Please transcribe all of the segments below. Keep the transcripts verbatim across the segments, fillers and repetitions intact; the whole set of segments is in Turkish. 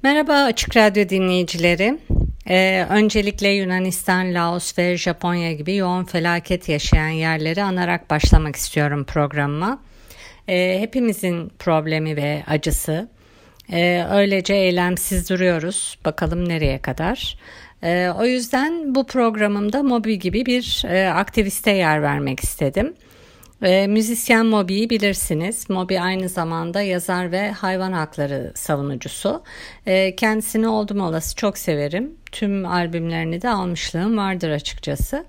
Merhaba Açık Radyo dinleyicileri. Ee, öncelikle Yunanistan, Laos ve Japonya gibi yoğun felaket yaşayan yerleri anarak başlamak istiyorum programıma. Ee, hepimizin problemi ve acısı. Ee, öylece eylemsiz duruyoruz. Bakalım nereye kadar. Ee, o yüzden bu programımda Moby gibi bir e, aktiviste yer vermek istedim. E, müzisyen Moby'yi bilirsiniz. Moby aynı zamanda yazar ve hayvan hakları savunucusu. E, kendisini oldum olası çok severim. Tüm albümlerini de almışlığım vardır açıkçası.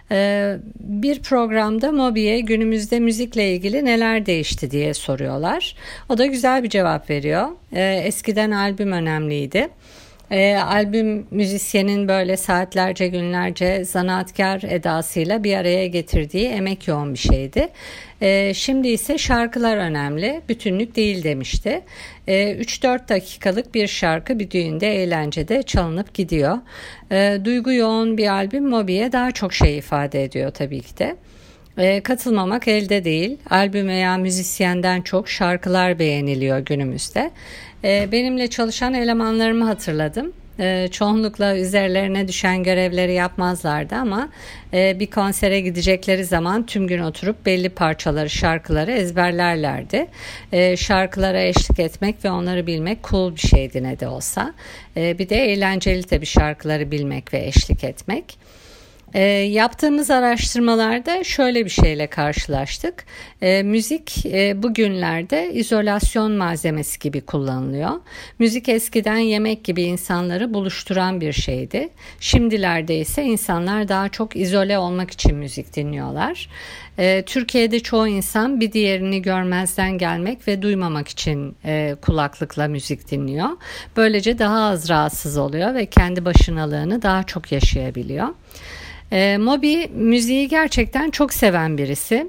E, bir programda Moby'ye günümüzde müzikle ilgili neler değişti diye soruyorlar. O da güzel bir cevap veriyor. E, eskiden albüm önemliydi. E, albüm müzisyenin böyle saatlerce günlerce zanaatkar edasıyla bir araya getirdiği emek yoğun bir şeydi. E, şimdi ise şarkılar önemli, bütünlük değil demişti. E, üç dört dakikalık bir şarkı bir düğünde, eğlencede çalınıp gidiyor. E, duygu yoğun bir albüm Moby'ye daha çok şey ifade ediyor tabii ki de. E, katılmamak elde değil. Albüm veya müzisyenden çok şarkılar beğeniliyor günümüzde. E, benimle çalışan elemanlarımı hatırladım. E, çoğunlukla üzerlerine düşen görevleri yapmazlardı ama e, bir konsere gidecekleri zaman tüm gün oturup belli parçaları, şarkıları ezberlerlerdi. E, şarkılara eşlik etmek ve onları bilmek cool bir şeydi ne de olsa. E, bir de eğlenceli tabii şarkıları bilmek ve eşlik etmek. E, yaptığımız araştırmalarda şöyle bir şeyle karşılaştık. E, müzik e, bugünlerde izolasyon malzemesi gibi kullanılıyor. Müzik eskiden yemek gibi insanları buluşturan bir şeydi. Şimdilerde ise insanlar daha çok izole olmak için müzik dinliyorlar. E, Türkiye'de çoğu insan bir diğerini görmezden gelmek ve duymamak için e, kulaklıkla müzik dinliyor. Böylece daha az rahatsız oluyor ve kendi başınalığını daha çok yaşayabiliyor. E, Moby müziği gerçekten çok seven birisi.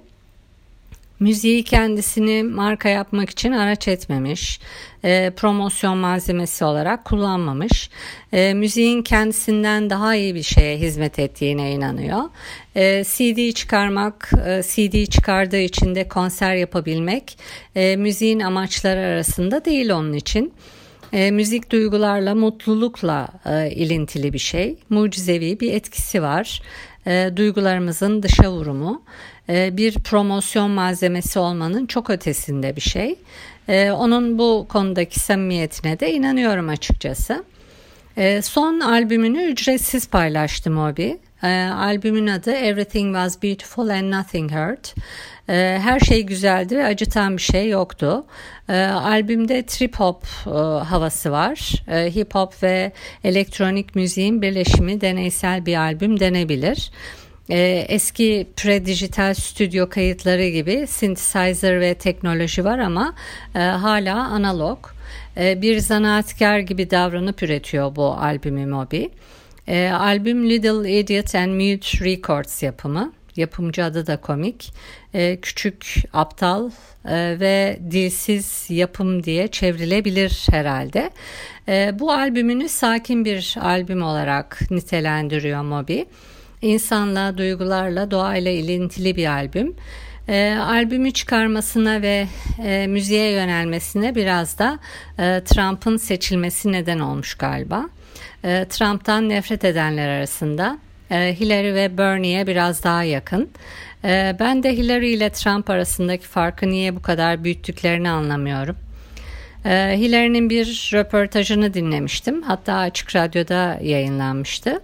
Müziği kendisini marka yapmak için araç etmemiş, e, promosyon malzemesi olarak kullanmamış. E, müziğin kendisinden daha iyi bir şeye hizmet ettiğine inanıyor. E, C D çıkarmak, e, C D çıkardığı için de konser yapabilmek e, müziğin amaçları arasında değil onun için. E, müzik duygularla, mutlulukla e, ilintili bir şey. Mucizevi bir etkisi var. E, duygularımızın dışa vurumu. E, bir promosyon malzemesi olmanın çok ötesinde bir şey. E, onun bu konudaki samimiyetine de inanıyorum açıkçası. E, son albümünü ücretsiz paylaştı Moby. E, albümün adı Everything Was Beautiful and Nothing Hurt. E, her şey güzeldi ve acıtan bir şey yoktu. E, albümde trip hop e, havası var. E, hip hop ve elektronik müziğin birleşimi deneysel bir albüm denebilir. E, eski pre-dijital stüdyo kayıtları gibi synthesizer ve teknoloji var ama e, hala analog. E, bir zanaatkar gibi davranıp üretiyor bu albümü Moby. E, albüm Little Idiot and Mute Records yapımı. Yapımcı adı da komik. E, küçük, aptal e, ve dilsiz yapım diye çevrilebilir herhalde. E, bu albümünü sakin bir albüm olarak nitelendiriyor Moby. İnsanla, duygularla, doğayla ilintili bir albüm. E, albümü çıkarmasına ve e, müziğe yönelmesine biraz da e, Trump'ın seçilmesi neden olmuş galiba. E, Trump'tan nefret edenler arasında e, Hillary ve Bernie'ye biraz daha yakın. E, ben de Hillary ile Trump arasındaki farkı niye bu kadar büyüttüklerini anlamıyorum. E, Hillary'nin bir röportajını dinlemiştim. Hatta Açık Radyo'da yayınlanmıştı.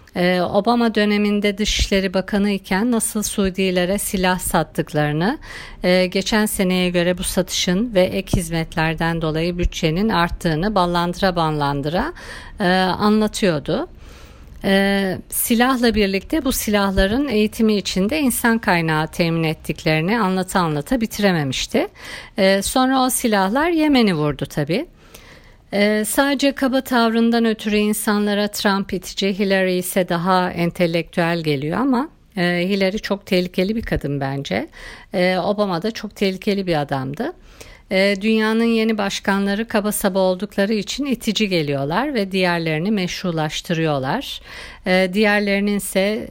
Obama döneminde Dışişleri Bakanı iken nasıl Suudilere silah sattıklarını, geçen seneye göre bu satışın ve ek hizmetlerden dolayı bütçenin arttığını ballandıra ballandıra anlatıyordu. Silahla birlikte bu silahların eğitimi için de insan kaynağı temin ettiklerini anlata anlata bitirememişti. Sonra o silahlar Yemen'i vurdu tabii. Ee, sadece kaba tavrından ötürü insanlara Trump itici, Hillary ise daha entelektüel geliyor ama e, Hillary çok tehlikeli bir kadın bence. E, Obama da çok tehlikeli bir adamdı. E, dünyanın yeni başkanları kaba saba oldukları için itici geliyorlar ve diğerlerini meşrulaştırıyorlar. E, diğerlerinin ise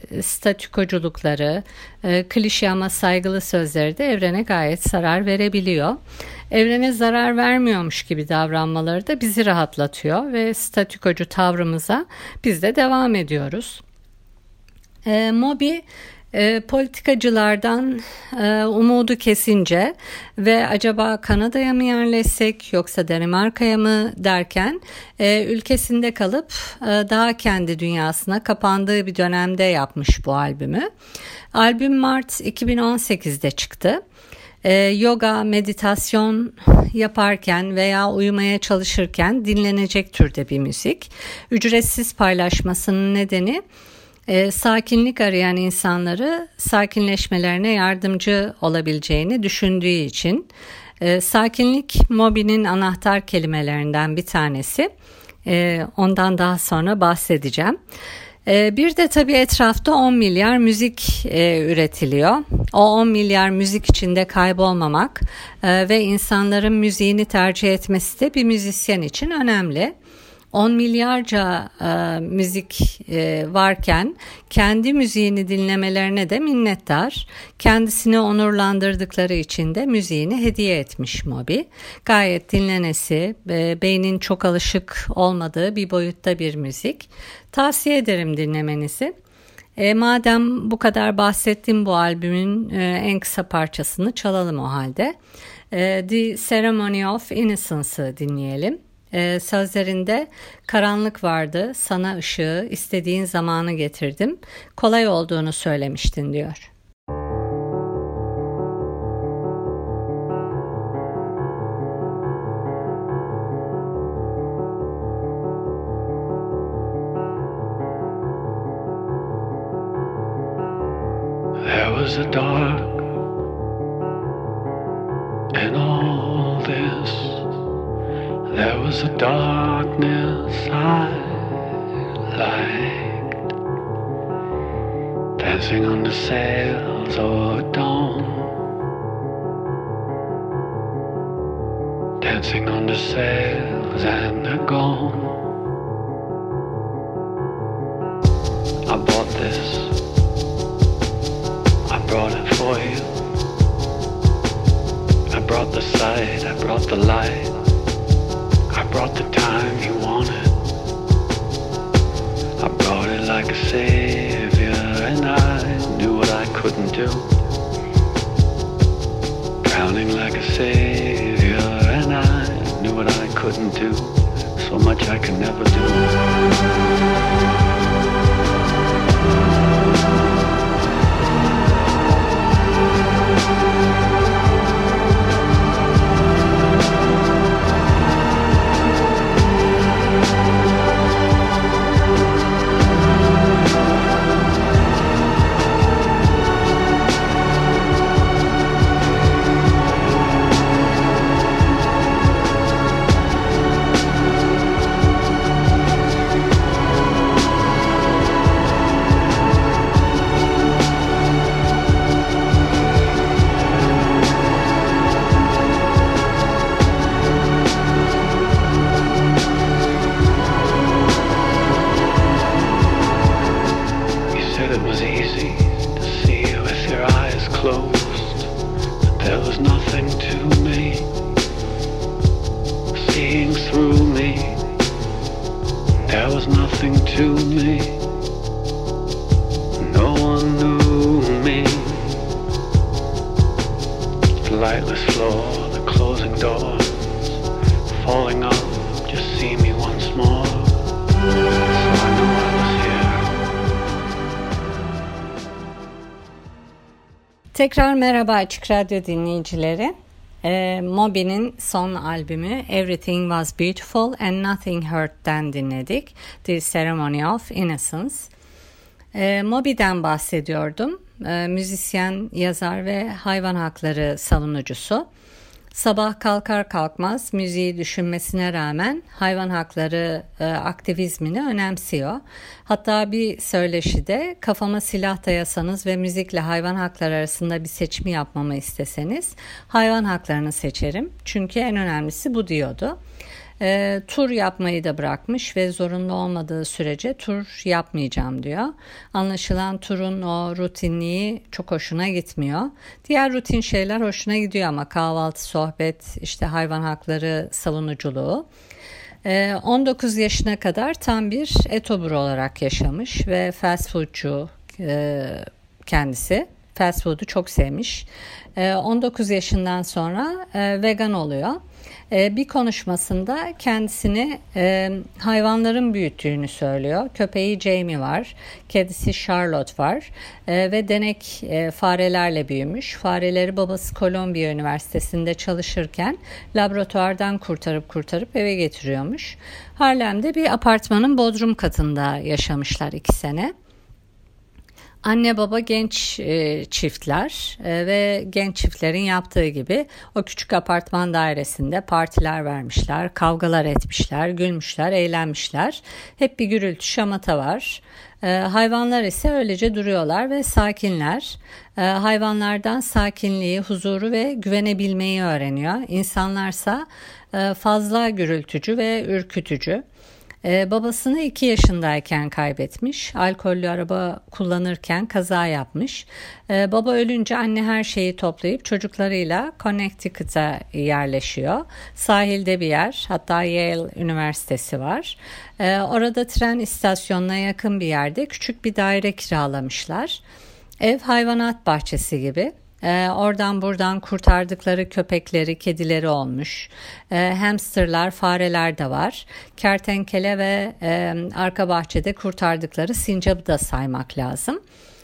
statükoculukları, e, klişe ama saygılı sözleri de evrene gayet zarar verebiliyor. Evrene zarar vermiyormuş gibi davranmaları da bizi rahatlatıyor ve statükocu tavrımıza biz de devam ediyoruz. E, Moby E, politikacılardan e, umudu kesince ve acaba Kanada'ya mı yerleşsek yoksa Danimarka'ya mı derken e, ülkesinde kalıp e, daha kendi dünyasına kapandığı bir dönemde yapmış bu albümü. Albüm Mart iki bin on sekizde çıktı. E, yoga, meditasyon yaparken veya uyumaya çalışırken dinlenecek türde bir müzik. Ücretsiz paylaşmasının nedeni E, sakinlik arayan insanları sakinleşmelerine yardımcı olabileceğini düşündüğü için. E, sakinlik Moby'nin anahtar kelimelerinden bir tanesi. E, ondan daha sonra bahsedeceğim. E, bir de tabii etrafta on milyar müzik e, üretiliyor. O on milyar müzik içinde kaybolmamak e, ve insanların müziğini tercih etmesi de bir müzisyen için önemli. on milyarca e, müzik e, varken kendi müziğini dinlemelerine de minnettar. Kendisini onurlandırdıkları için de müziğini hediye etmiş Moby. Gayet dinlenesi, e, beynin çok alışık olmadığı bir boyutta bir müzik. Tavsiye ederim dinlemenizi. E, madem bu kadar bahsettim bu albümün e, en kısa parçasını çalalım o halde. E, The Ceremony of Innocence'ı dinleyelim. Ee, sözlerinde karanlık vardı, sana ışığı istediğin zamanı getirdim, kolay olduğunu söylemiştin diyor. There was a dark in all this. There was a darkness I liked, dancing on the sails of dawn, dancing on the sails and they're gone. I bought this, I brought it for you. I brought the sight, I brought the light, I brought the time you wanted. I brought it like a savior, and I knew what I couldn't do. Drowning like a savior, and I knew what I couldn't do. So much I could never do. Tekrar merhaba Açık Radyo dinleyicileri. E, Moby'nin son albümü Everything Was Beautiful and Nothing Hurt'ten dinledik. The Ceremony of Innocence. E, Moby'den bahsediyordum. E, müzisyen, yazar ve hayvan hakları savunucusu. Sabah kalkar kalkmaz müziği düşünmesine rağmen hayvan hakları e, aktivizmini önemsiyor. Hatta bir söyleşide kafama silah dayasanız ve müzikle hayvan hakları arasında bir seçimi yapmamı isteseniz hayvan haklarını seçerim. Çünkü en önemlisi bu diyordu. E, tur yapmayı da bırakmış ve zorunlu olmadığı sürece tur yapmayacağım diyor. Anlaşılan turun o rutinliği çok hoşuna gitmiyor. Diğer rutin şeyler hoşuna gidiyor ama kahvaltı, sohbet, işte hayvan hakları savunuculuğu. on dokuz yaşına kadar tam bir etobur olarak yaşamış ve fast foodcu kendisi. Fast food'u çok sevmiş. on dokuz yaşından sonra vegan oluyor. Bir konuşmasında kendisini hayvanların büyüttüğünü söylüyor. Köpeği Jamie var, kedisi Charlotte var ve denek farelerle büyümüş. Fareleri babası Columbia Üniversitesi'nde çalışırken laboratuvardan kurtarıp kurtarıp eve getiriyormuş. Harlem'de bir apartmanın bodrum katında yaşamışlar iki sene. Anne baba genç e, çiftler e, ve genç çiftlerin yaptığı gibi o küçük apartman dairesinde partiler vermişler, kavgalar etmişler, gülmüşler, eğlenmişler. Hep bir gürültü, şamata var. E, hayvanlar ise öylece duruyorlar ve sakinler. E, hayvanlardan sakinliği, huzuru ve güvenebilmeyi öğreniyor. İnsanlarsa e, fazla gürültücü ve ürkütücü. Ee, babasını iki yaşındayken kaybetmiş. Alkollü araba kullanırken kaza yapmış. Ee, baba ölünce anne her şeyi toplayıp çocuklarıyla Connecticut'a yerleşiyor. Sahilde bir yer, hatta Yale Üniversitesi var. Ee, orada tren istasyonuna yakın bir yerde küçük bir daire kiralamışlar. Ev hayvanat bahçesi gibi. Ee, oradan buradan kurtardıkları köpekleri, kedileri olmuş. Ee, hamsterlar, fareler de var. Kertenkele ve e, arka bahçede kurtardıkları sincapı da saymak lazım.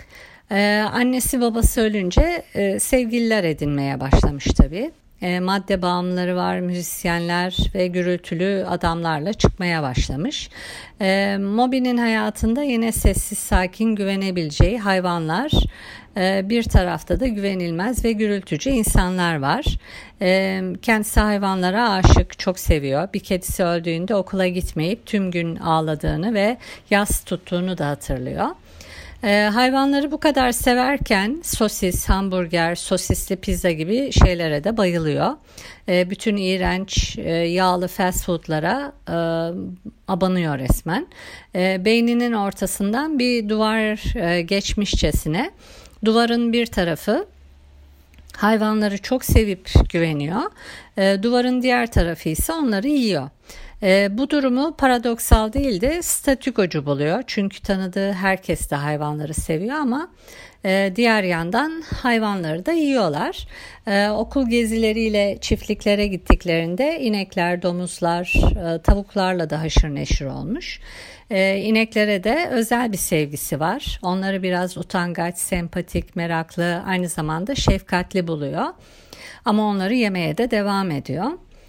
Ee, annesi babası ölünce e, sevgililer edinmeye başlamış tabii. E, madde bağımlıları var, müzisyenler ve gürültülü adamlarla çıkmaya başlamış. E, Moby'nin hayatında yine sessiz, sakin, güvenebileceği hayvanlar, e, bir tarafta da güvenilmez ve gürültücü insanlar var. E, kendisi hayvanlara aşık, çok seviyor. Bir kedisi öldüğünde okula gitmeyip tüm gün ağladığını ve yas tuttuğunu da hatırlıyor. Ee, hayvanları bu kadar severken sosis, hamburger, sosisli pizza gibi şeylere de bayılıyor. Ee, bütün iğrenç e, yağlı fast foodlara e, abanıyor resmen. E, beyninin ortasından bir duvar e, geçmişçesine, duvarın bir tarafı hayvanları çok sevip güveniyor. E, duvarın diğer tarafı ise onları yiyor. E, bu durumu paradoksal değil de statükocu buluyor. Çünkü tanıdığı herkes de hayvanları seviyor ama e, diğer yandan hayvanları da yiyorlar. E, okul gezileriyle çiftliklere gittiklerinde inekler, domuzlar, e, tavuklarla da haşır neşir olmuş. E, ineklere de özel bir sevgisi var. Onları biraz utangaç, sempatik, meraklı, aynı zamanda şefkatli buluyor. Ama onları yemeye de devam ediyor.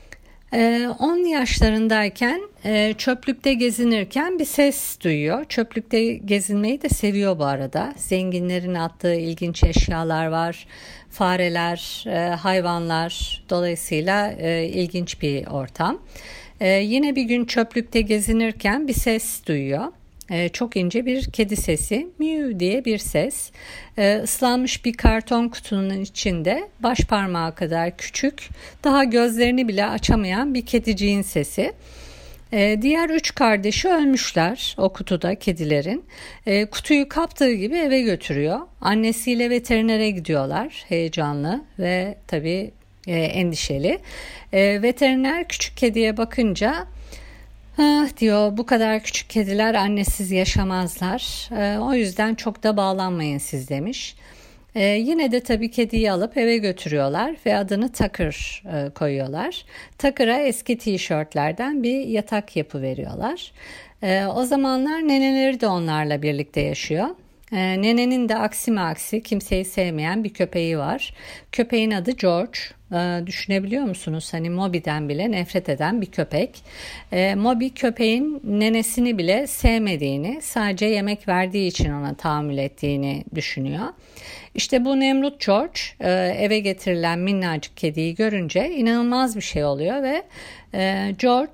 on yaşlarındayken çöplükte gezinirken bir ses duyuyor. Çöplükte gezinmeyi de seviyor bu arada. Zenginlerin attığı ilginç eşyalar var. Fareler, hayvanlar, dolayısıyla ilginç bir ortam. Yine bir gün çöplükte gezinirken bir ses duyuyor. Ee, çok ince bir kedi sesi, miu diye bir ses. Ee, ıslanmış bir karton kutunun içinde baş parmağı kadar küçük, daha gözlerini bile açamayan bir kediciğin sesi. Ee, diğer üç kardeşi ölmüşler o kutuda, kedilerin. Ee, kutuyu kaptığı gibi eve götürüyor. Annesiyle veterinere gidiyorlar, heyecanlı ve tabii e, endişeli. Ee, veteriner küçük kediye bakınca, ah diyor, bu kadar küçük kediler annesiz yaşamazlar. Ee, o yüzden çok da bağlanmayın siz demiş. Ee, yine de tabii kediyi alıp eve götürüyorlar ve adını Tucker e, koyuyorlar. Tucker'a eski tişörtlerden bir yatak yapıveriyorlar. Ee, o zamanlar neneleri de onlarla birlikte yaşıyor. Ee, nenenin de aksi mi aksi kimseyi sevmeyen bir köpeği var. Köpeğin adı George. Ee, düşünebiliyor musunuz? Hani Moby'den bile nefret eden bir köpek. Ee, Moby köpeğin nenesini bile sevmediğini, sadece yemek verdiği için ona tahammül ettiğini düşünüyor. İşte bu Nemrut George e, eve getirilen minnacık kediyi görünce inanılmaz bir şey oluyor ve e, George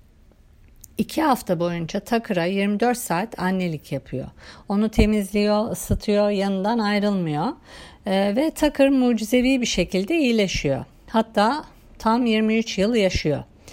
İki hafta boyunca Tucker'a yirmi dört saat annelik yapıyor. Onu temizliyor, ısıtıyor, yanından ayrılmıyor. Ee, ve Tucker mucizevi bir şekilde iyileşiyor. Hatta tam yirmi üç yıl yaşıyor.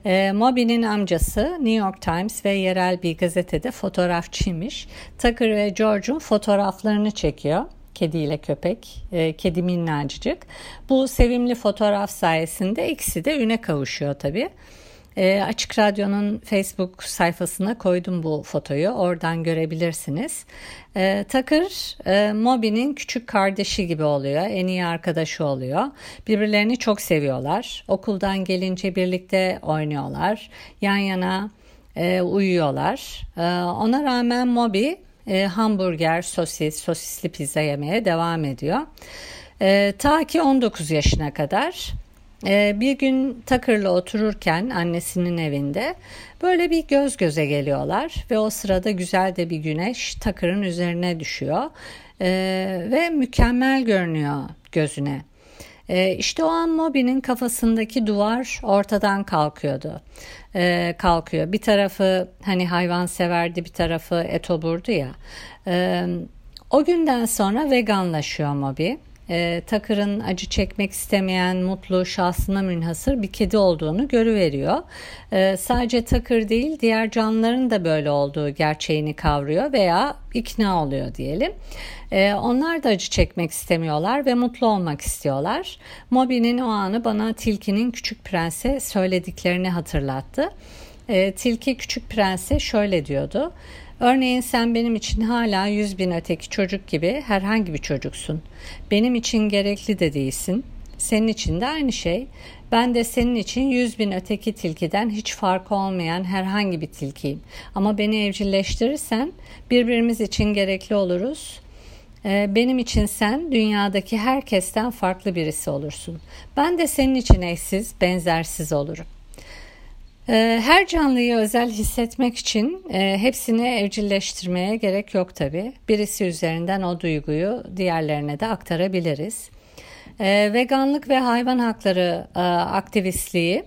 E, Moby'nin amcası New York Times ve yerel bir gazetede fotoğrafçıymış. Tucker ve George'un fotoğraflarını çekiyor. Kediyle köpek, e, kedi minnacık. Bu sevimli fotoğraf sayesinde ikisi de üne kavuşuyor tabii. E, Açık Radyo'nun Facebook sayfasına koydum bu fotoyu. Oradan görebilirsiniz. E, Tucker, e, Moby'nin küçük kardeşi gibi oluyor. En iyi arkadaşı oluyor. Birbirlerini çok seviyorlar. Okuldan gelince birlikte oynuyorlar. Yan yana e, uyuyorlar. E, ona rağmen Moby e, hamburger, sosis, sosisli pizza yemeye devam ediyor. E, ta ki on dokuz yaşına kadar. Bir gün Tucker'la otururken annesinin evinde böyle bir göz göze geliyorlar ve o sırada güzel de bir güneş Tucker'ın üzerine düşüyor ee, ve mükemmel görünüyor gözüne. Ee, işte o an Moby'nin kafasındaki duvar ortadan kalkıyordu. Ee, kalkıyor. Bir tarafı hani hayvanseverdi, bir tarafı etoburdu ya. Ee, o günden sonra veganlaşıyor Moby. E, Tucker'ın acı çekmek istemeyen, mutlu, şahsına münhasır bir kedi olduğunu görüveriyor. E, sadece Tucker değil, diğer canlıların da böyle olduğu gerçeğini kavruyor veya ikna oluyor diyelim. E, onlar da acı çekmek istemiyorlar ve mutlu olmak istiyorlar. Moby'nin o anı bana Tilki'nin Küçük Prens'e söylediklerini hatırlattı. E, Tilki Küçük Prens'e şöyle diyordu. Örneğin sen benim için hala yüz bin öteki çocuk gibi herhangi bir çocuksun. Benim için gerekli de değilsin. Senin için de aynı şey. Ben de senin için yüz bin öteki tilkiden hiç farkı olmayan herhangi bir tilkiyim. Ama beni evcilleştirirsen birbirimiz için gerekli oluruz. Benim için sen dünyadaki herkesten farklı birisi olursun. Ben de senin için eşsiz, benzersiz olurum. Her canlıyı özel hissetmek için hepsini evcilleştirmeye gerek yok tabii. Birisi üzerinden o duyguyu diğerlerine de aktarabiliriz. Veganlık ve hayvan hakları aktivistliği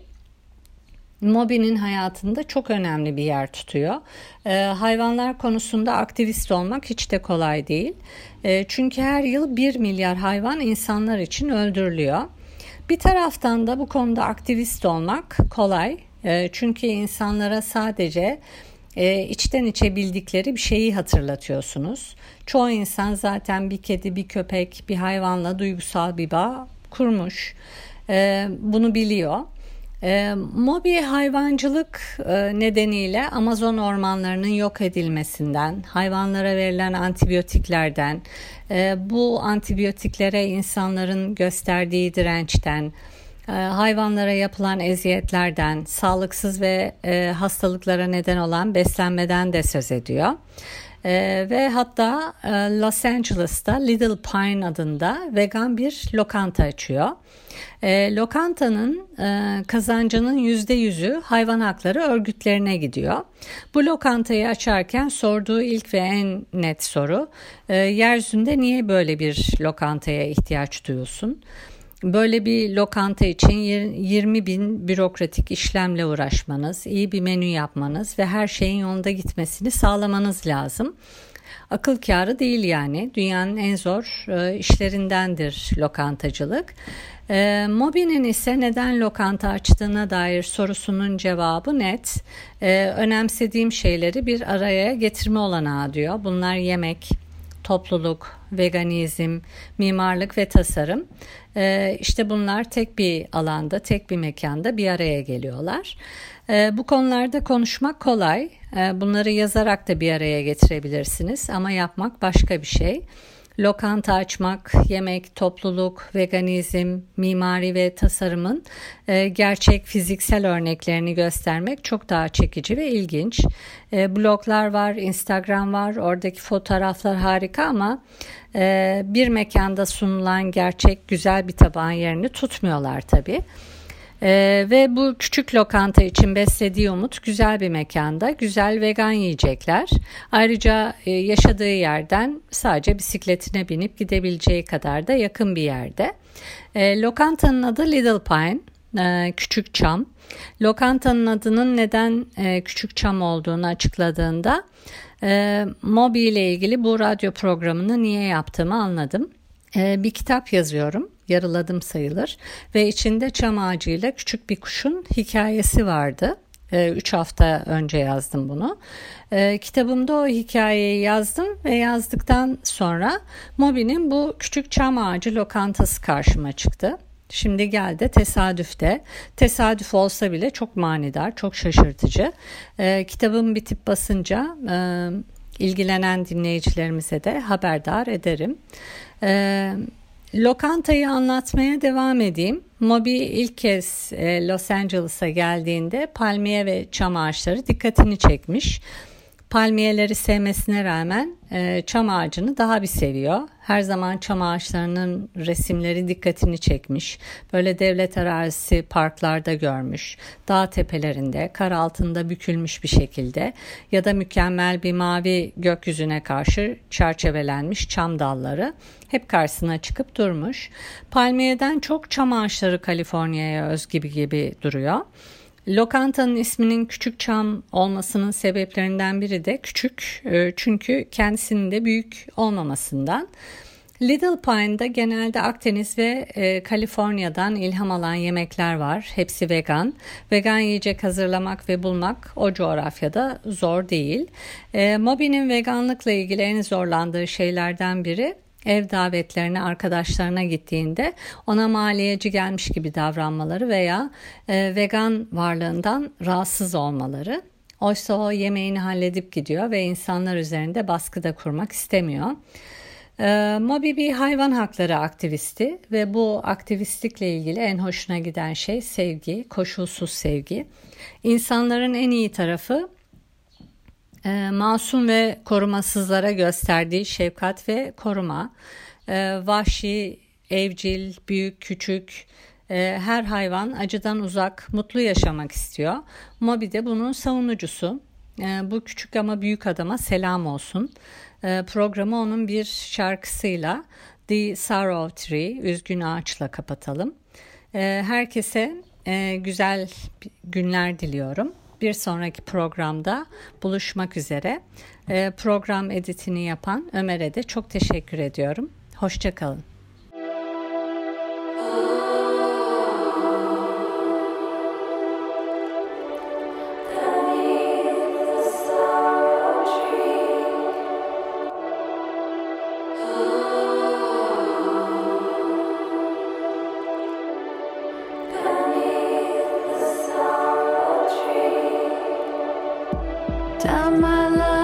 Moby'nin hayatında çok önemli bir yer tutuyor. Hayvanlar konusunda aktivist olmak hiç de kolay değil. Çünkü her yıl bir milyar hayvan insanlar için öldürülüyor. Bir taraftan da bu konuda aktivist olmak kolay. Çünkü insanlara sadece içten içe bildikleri bir şeyi hatırlatıyorsunuz. Çoğu insan zaten bir kedi, bir köpek, bir hayvanla duygusal bir bağ kurmuş. Bunu biliyor. Moby hayvancılık nedeniyle Amazon ormanlarının yok edilmesinden, hayvanlara verilen antibiyotiklerden, bu antibiyotiklere insanların gösterdiği dirençten, hayvanlara yapılan eziyetlerden, sağlıksız ve e, hastalıklara neden olan beslenmeden de söz ediyor. E, ve hatta e, Los Angeles'ta Little Pine adında vegan bir lokanta açıyor. E, lokantanın e, kazancının yüzde yüzü hayvan hakları örgütlerine gidiyor. Bu lokantayı açarken sorduğu ilk ve en net soru, e, yeryüzünde niye böyle bir lokantaya ihtiyaç duyuyorsun? Böyle bir lokanta için yirmi bin bürokratik işlemle uğraşmanız, iyi bir menü yapmanız ve her şeyin yolunda gitmesini sağlamanız lazım. Akıl kârı değil yani. Dünyanın en zor e, işlerindendir lokantacılık. E, Moby'nin ise neden lokanta açtığına dair sorusunun cevabı net. E, önemsediğim şeyleri bir araya getirme olanağı diyor. Bunlar yemek, topluluk, veganizm, mimarlık ve tasarım. Ee, işte bunlar tek bir alanda, tek bir mekanda bir araya geliyorlar. Ee, bu konularda konuşmak kolay. Ee, bunları yazarak da bir araya getirebilirsiniz ama yapmak başka bir şey. Lokanta açmak, yemek, topluluk, veganizm, mimari ve tasarımın e, gerçek fiziksel örneklerini göstermek çok daha çekici ve ilginç. E, bloglar var, Instagram var, oradaki fotoğraflar harika ama e, bir mekanda sunulan gerçek güzel bir tabağın yerini tutmuyorlar tabii. Ee, ve bu küçük lokanta için beslediği umut güzel bir mekanda, güzel vegan yiyecekler. Ayrıca e, yaşadığı yerden sadece bisikletine binip gidebileceği kadar da yakın bir yerde. E, lokantanın adı Little Pine, e, küçük çam. Lokantanın adının neden e, küçük çam olduğunu açıkladığında e, Moby ile ilgili bu radyo programını niye yaptığımı anladım. E, bir kitap yazıyorum. yarıladım sayılır ve içinde çam ağacıyla küçük bir kuşun hikayesi vardı. Üç hafta önce yazdım bunu. Kitabımda o hikayeyi yazdım ve yazdıktan sonra Moby'nin bu küçük çam ağacı lokantası karşıma çıktı. Şimdi geldi tesadüfte. Tesadüf olsa bile çok manidar, çok şaşırtıcı. Kitabım bitip basınca ilgilenen dinleyicilerimize de haberdar ederim. Lokantayı anlatmaya devam edeyim. Moby ilk kez Los Angeles'a geldiğinde palmiye ve çam ağaçları dikkatini çekmiş. Palmiyeleri sevmesine rağmen çam ağacını daha bir seviyor. Her zaman çam ağaçlarının resimleri dikkatini çekmiş. Böyle devlet arazisi parklarda görmüş. Dağ tepelerinde, kar altında bükülmüş bir şekilde ya da mükemmel bir mavi gökyüzüne karşı çerçevelenmiş çam dalları hep karşısına çıkıp durmuş. Palmiyeden çok çam ağaçları Kaliforniya'ya özgü gibi duruyor. Lokantanın isminin küçük çam olmasının sebeplerinden biri de küçük, çünkü kendisinin de büyük olmamasından. Little Pine'da genelde Akdeniz ve e, Kaliforniya'dan ilham alan yemekler var. Hepsi vegan. Vegan yiyecek hazırlamak ve bulmak o coğrafyada zor değil. E, Moby'nin veganlıkla ilgili en zorlandığı şeylerden biri, ev davetlerine arkadaşlarına gittiğinde ona maliyeci gelmiş gibi davranmaları veya e, vegan varlığından rahatsız olmaları. Oysa o yemeğini halledip gidiyor ve insanlar üzerinde baskı da kurmak istemiyor. E, Moby bir hayvan hakları aktivisti ve bu aktivistlikle ilgili en hoşuna giden şey sevgi, koşulsuz sevgi. İnsanların en iyi tarafı E, masum ve korumasızlara gösterdiği şefkat ve koruma. E, vahşi, evcil, büyük, küçük e, her hayvan acıdan uzak, mutlu yaşamak istiyor. Moby de bunun savunucusu. E, bu küçük ama büyük adama selam olsun. E, programı onun bir şarkısıyla The Sorrow Tree, Üzgün Ağaç'la kapatalım. E, herkese e, güzel günler diliyorum. Bir sonraki programda buluşmak üzere. Ee, program editini yapan Ömer'e de çok teşekkür ediyorum. Hoşça kalın. Down my line.